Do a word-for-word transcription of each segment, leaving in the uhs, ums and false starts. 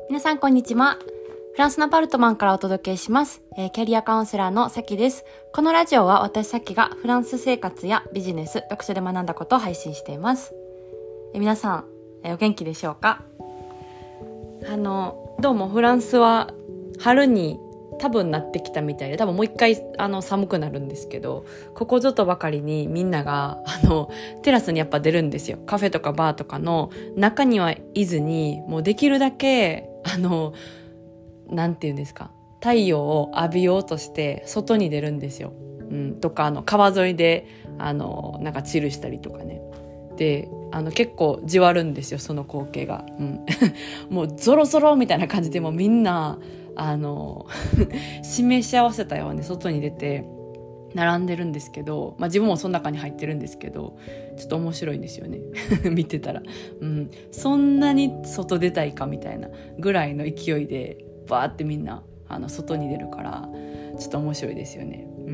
皆さんこんにちは。フランスのパルトマンからお届けします、えー、キャリアカウンセラーのさきです。このラジオは私さきがフランス生活やビジネス、読書で学んだことを配信しています。えー、皆さん、えー、お元気でしょうか？あのどうもフランスは春に多分なってきたみたいで、多分もう一回あの寒くなるんですけど、ここぞとばかりにみんながあのテラスにやっぱ出るんですよ。カフェとかバーとかの中にはいずに、もうできるだけあのなんていうんですか、太陽を浴びようとして外に出るんですよ。うん、とかあの川沿いであのなんかチルしたりとかね。であの結構じわるんですよ、その光景が。うん、もうゾロゾロみたいな感じで、もうみんなあの示し合わせたように外に出て並んでるんですけど、まあ、自分もその中に入ってるんですけど、ちょっと面白いんですよね見てたら、うん、そんなに外出たいかみたいなぐらいの勢いでバーってみんなあの外に出るから、ちょっと面白いですよね。うん、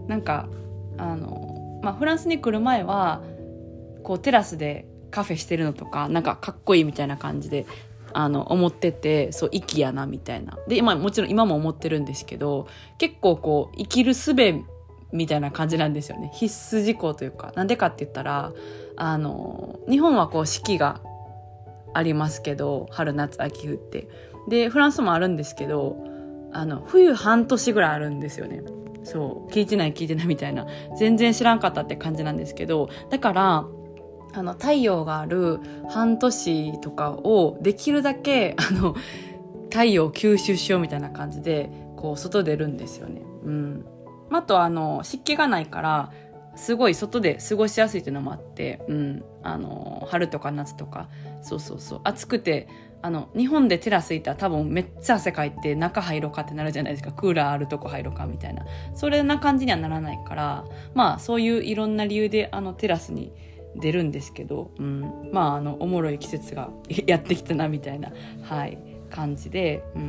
なんかあの、まあ、フランスに来る前はこうテラスでカフェしてるのとかなんかかっこいいみたいな感じであの思ってて、そう粋やなみたいなで、まあ、もちろん今も思ってるんですけど、結構こう生きる術みたいな感じなんですよね。必須事項というか、なんでかって言ったら、あの日本はこう四季がありますけど、春夏秋冬ってでフランスもあるんですけど、あの冬半年ぐらいあるんですよね。そう聞いてない聞いてないみたいな、全然知らんかったって感じなんですけど、だからあの太陽がある半年とかをできるだけあの太陽を吸収しようみたいな感じでこう外出るんですよね。うん、あとあの湿気がないからすごい外で過ごしやすいっていうのもあって、うん、あの春とか夏とかそうそうそう暑くて、あの日本でテラスいたら多分めっちゃ汗かいて中入ろうかってなるじゃないですか。クーラーあるとこ入ろうかみたいな、それな感じにはならないから、まあそういういろんな理由であのテラスに出るんですけど、うん、まああのおもろい季節がやってきたなみたいな、はい、感じで、うん、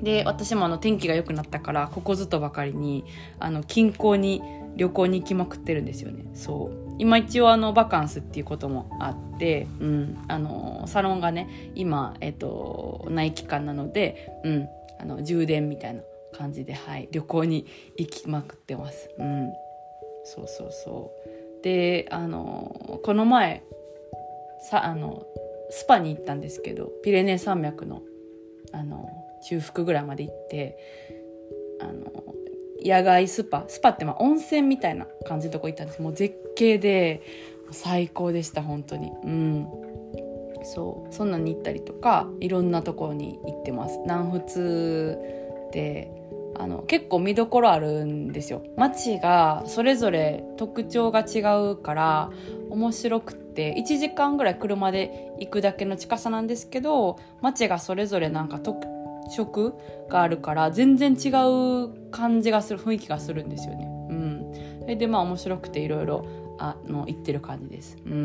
で私もあの天気が良くなったからここぞとばかりにあの近郊に旅行に行きまくってるんですよね。そう今一応あのバカンスっていうこともあって、うん、あのサロンがね今、えっと、内期間なので、うん、あの充電みたいな感じで、はい、旅行に行きまくってます。うん、そうそうそうで、あのこの前さあのスパに行ったんですけど、ピレネー山脈のあの中腹ぐらいまで行って、あの野外スパスパってまあ温泉みたいな感じのとこ行ったんです。もう絶景で最高でした本当に。うん、そうそんなに行ったりとかいろんなところに行ってます。南仏であの結構見どころあるんですよ。街がそれぞれ特徴が違うから面白くて、いちじかんぐらい車で行くだけの近さなんですけど、街がそれぞれなんか特色があるから全然違う感じがする、雰囲気がするんですよね。うん、それでまあ面白くていろいろあの行ってる感じです。うん、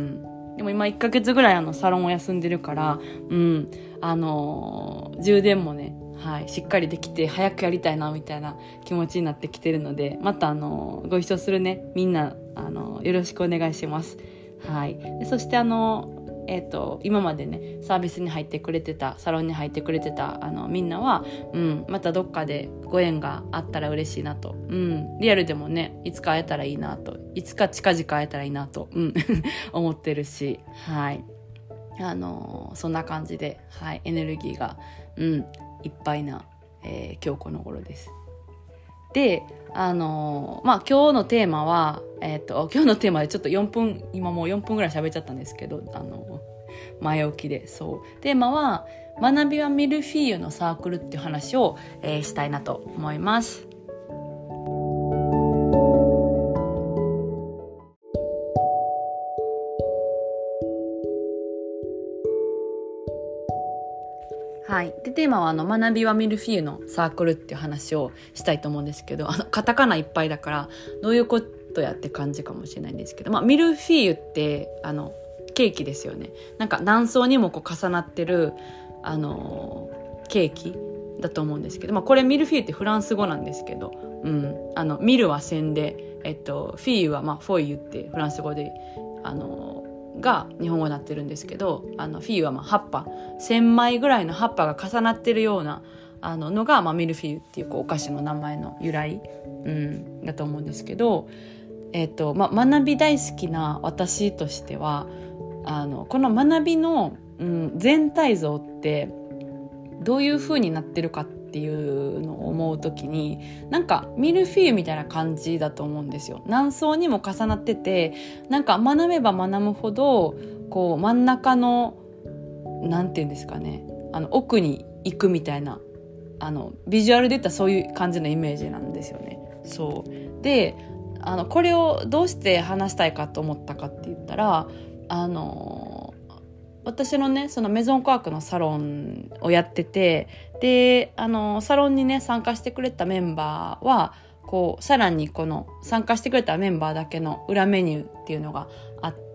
でも今いっかげつぐらいあのサロンを休んでるから、うん、あのー、充電もね、はい、しっかりできて早くやりたいなみたいな気持ちになってきてるので、またあのご一緒するねみんなあのよろしくお願いします。はい、でそしてあのえーと、今までねサービスに入ってくれてたサロンに入ってくれてたあのみんなは、うん、またどっかでご縁があったら嬉しいなと、うん、リアルでもねいつか会えたらいいなと、いつか近々会えたらいいなと、うん、思ってるし、はいあのー、そんな感じで、はい、エネルギーが、うん、いっぱいな、えー、今日この頃です。であのー、まあ今日のテーマは、えっと今日のテーマでちょっとよんぷん今もうよんぷんぐらい喋っちゃったんですけど、あのー、前置きでそうテーマは学びはミルフィーユのサークルっていう話を、えー、したいなと思います。はい、でテーマはあの学びはミルフィーユのサークルっていう話をしたいと思うんですけど、あのカタカナいっぱいだからどういうことやって感じかもしれないんですけど、まあ、ミルフィーユってあのケーキですよね。なんか何層にもこう重なってるあのケーキだと思うんですけど、まあ、これミルフィーユってフランス語なんですけど、うん、あのミルは線で、えっと、フィーユはまあフォイユってフランス語であのが日本語になってるんですけど、あのフィーユはまあ葉っぱせんまいぐらいの葉っぱが重なってるようなあののが、まあ、ミルフィーユっていう、こうお菓子の名前の由来、うん、だと思うんですけど、えーとまあ、学び大好きな私としてはあのこの学びの、うん、全体像ってどういう風になってるかっていうのを思うときに、なんかミルフィーユみたいな感じだと思うんですよ。何層にも重なってて、なんか学べば学ぶほどこう真ん中のなんていうんですかね、あの奥に行くみたいな、あのビジュアルで言ったらそういう感じのイメージなんですよね。そうで、あのこれをどうして話したいかと思ったかって言ったら、あの私のねそのメゾンコワークのサロンをやってて、であのサロンにね参加してくれたメンバーはこうさらにこの参加してくれたメンバーだけの裏メニューっていうのがあって、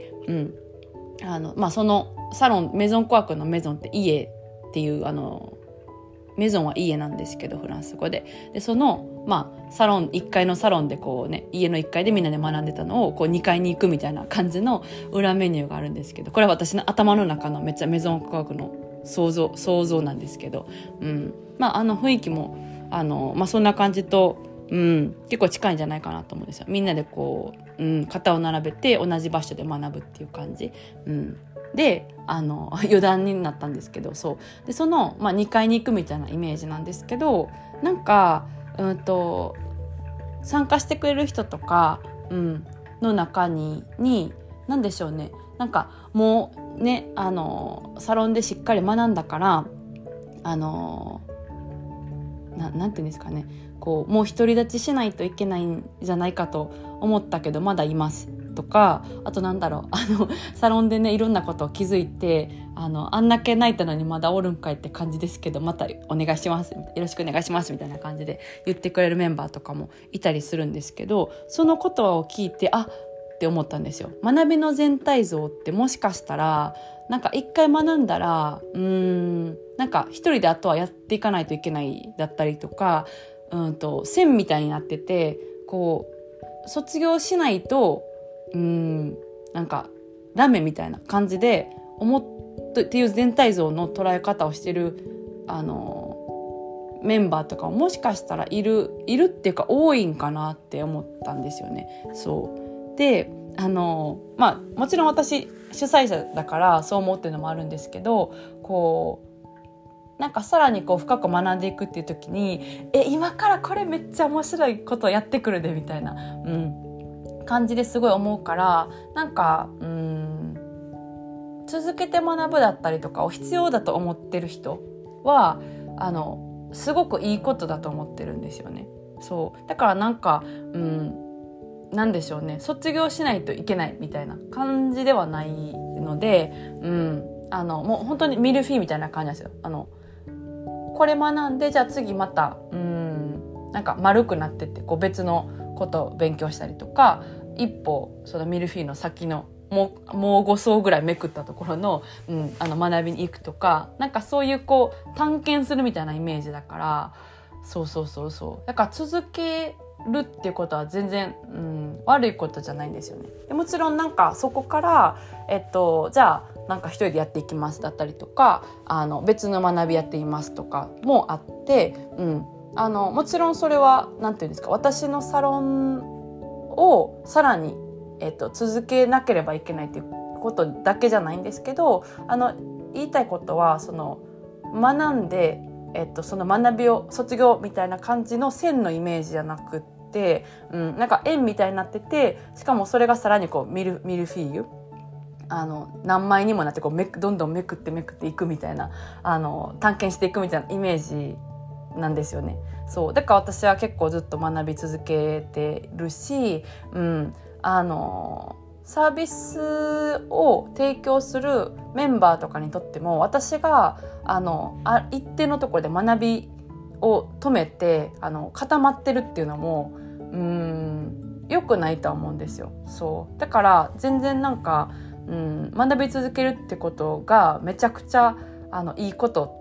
うんあのまあ、そのサロンメゾンコワークのメゾンって家っていうあのメゾンは家なんですけどフランス語で、でその、まあ、サロンいっかいのサロンでこう、ね、家のいっかいでみんなで学んでたのをこうにかいに行くみたいな感じの裏メニューがあるんですけど、これは私の頭の中のめっちゃメゾン科学の想像想像なんですけど、うんまあ、あの雰囲気もあの、まあ、そんな感じと、うん、結構近いんじゃないかなと思うんですよ。みんなでこう、うん、肩を並べて同じ場所で学ぶっていう感じ、うんであの余談になったんですけど、そうでその、まあ、にかいに行くみたいなイメージなんですけど、なんか、うんと、参加してくれる人とか、うん、の中にに何でしょうね、なんかもうねあのサロンでしっかり学んだからあのななんていうんですかね、こうもう独り立ちしないといけないんじゃないかと思ったけどまだいますとか、あとなんだろう、あのサロンでねいろんなことを気づいて、あのあんだけ泣いたのにまだおるんかいって感じですけどまたお願いします、よろしくお願いしますみたいな感じで言ってくれるメンバーとかもいたりするんですけど、その言葉を聞いてあって思ったんですよ。学びの全体像ってもしかしたらなんか一回学んだらうーんなんか一人であとはやっていかないといけないだったりとか、うんと線みたいになってて、こう卒業しないとうーんなんかダメみたいな感じで思ってっていう全体像の捉え方をしてるあのメンバーとかももしかしたらいるいるっていうか多いんかなって思ったんですよね。そうであのまあもちろん私主催者だからそう思ってるのもあるんですけど、こうなんかさらにこう深く学んでいくっていう時にえ今からこれめっちゃ面白いことやってくるでみたいな、うん、感じですごい思うから、なんかうーん続けて学ぶだったりとかを必要だと思ってる人はあのすごくいいことだと思ってるんですよね。そうだからなんかうんなんでしょうね、卒業しないといけないみたいな感じではないので、うん、あのもう本当にミルフィーみたいな感じなんですよ。あのこれ学んでじゃあ次またうんなんか丸くなってってこう別のことを勉強したりとか、一歩そのミルフィーの先のもう、もうご層ぐらいめくったところの、うん、あの学びに行くとか、なんかそういうこう探検するみたいなイメージだから、そうそうそうそうだから続けるっていうことは全然、うん、悪いことじゃないんですよね。でもちろんなんかそこから、えっと、じゃあなんか一人でやっていきますだったりとか、あの別の学びやっていますとかもあって、うん、あのもちろんそれはなんていうんですか、私のサロンをさらに、えっと、続けなければいけないっていうことだけじゃないんですけど、あの言いたいことはその学んでえっと、その学びを卒業みたいな感じの線のイメージじゃなくって、うん、なんか円みたいになってて、しかもそれがさらにこうミル、ミルフィーユあの何枚にもなってこうめどんどんめくってめくっていくみたいな、あの探検していくみたいなイメージなんですよね。そうだから私は結構ずっと学び続けてるし、うん、あのサービスを提供するメンバーとかにとっても、私があのあ一定のところで学びを止めてあの固まってるっていうのもうーん良くないとは思うんですよ。そうだから全然なんか、うん、学び続けるってことがめちゃくちゃあのいいこと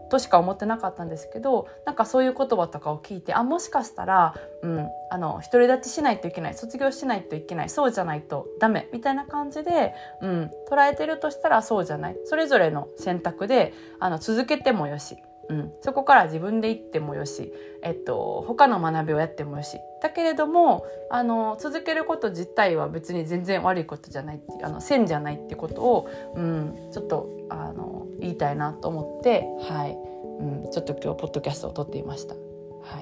としか思ってなかったんですけど、なんかそういう言葉とかを聞いて、あ、もしかしたら、うん、あの独り立ちしないといけない、卒業しないといけない、そうじゃないとダメみたいな感じで、うん、捉えてるとしたらそうじゃない、それぞれの選択であの続けてもよし、うん、そこから自分で行ってもよし、えっと、他の学びをやってもよし、だけれどもあの続けること自体は別に全然悪いことじゃないっていう、あの線じゃないってことを、うん、ちょっとあの言いたいなと思って、はい、うん、ちょっと今日ポッドキャストを撮っていました。はい、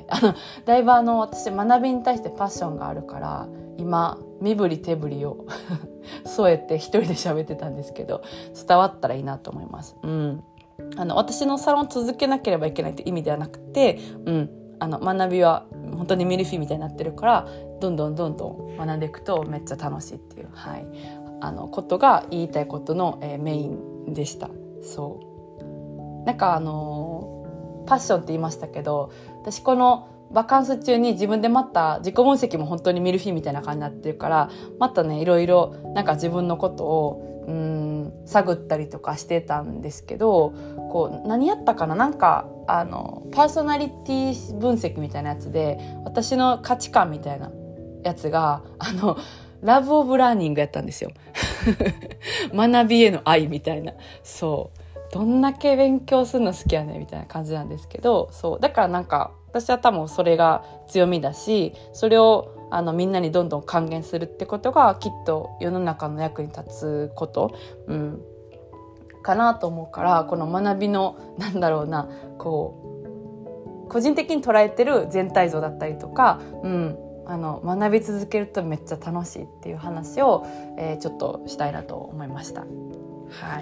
あのだいぶあの私学びに対してパッションがあるから今身振り手振りを添えて一人で喋ってたんですけど、伝わったらいいなと思います。うん、あの私のサロン続けなければいけないという意味ではなくて、うん、あの学びは本当にミルフィーみたいになってるから、どんどんどんどん学んでいくとめっちゃ楽しいっていう、はい、あのことが言いたいことの、えー、メインでした。そうなんかあのー、パッションって言いましたけど、私このバカンス中に自分でまた自己分析も本当にミルフィーみたいな感じになってるから、またねいろいろなんか自分のことをうーん探ったりとかしてたんですけど、こう何やったかな、なんかあのパーソナリティ分析みたいなやつで私の価値観みたいなやつがあのラブオブラーニングやったんですよ学びへの愛みたいな、そうどんだけ勉強するの好きやねみたいな感じなんですけど、そうだからなんか私は多分それが強みだし、それをあのみんなにどんどん還元するってことがきっと世の中の役に立つこと、うん、かなと思うから、この学びのなんだろうな、こう個人的に捉えてる全体像だったりとか、うん、あの学び続けるとめっちゃ楽しいっていう話を、えー、ちょっとしたいなと思いました。はい、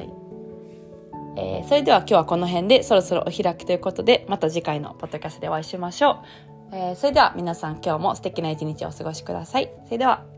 えー、それでは今日はこの辺でそろそろお開きということで、また次回のポッドキャストでお会いしましょう。えー、それでは皆さん今日も素敵な一日をお過ごしください。それでは。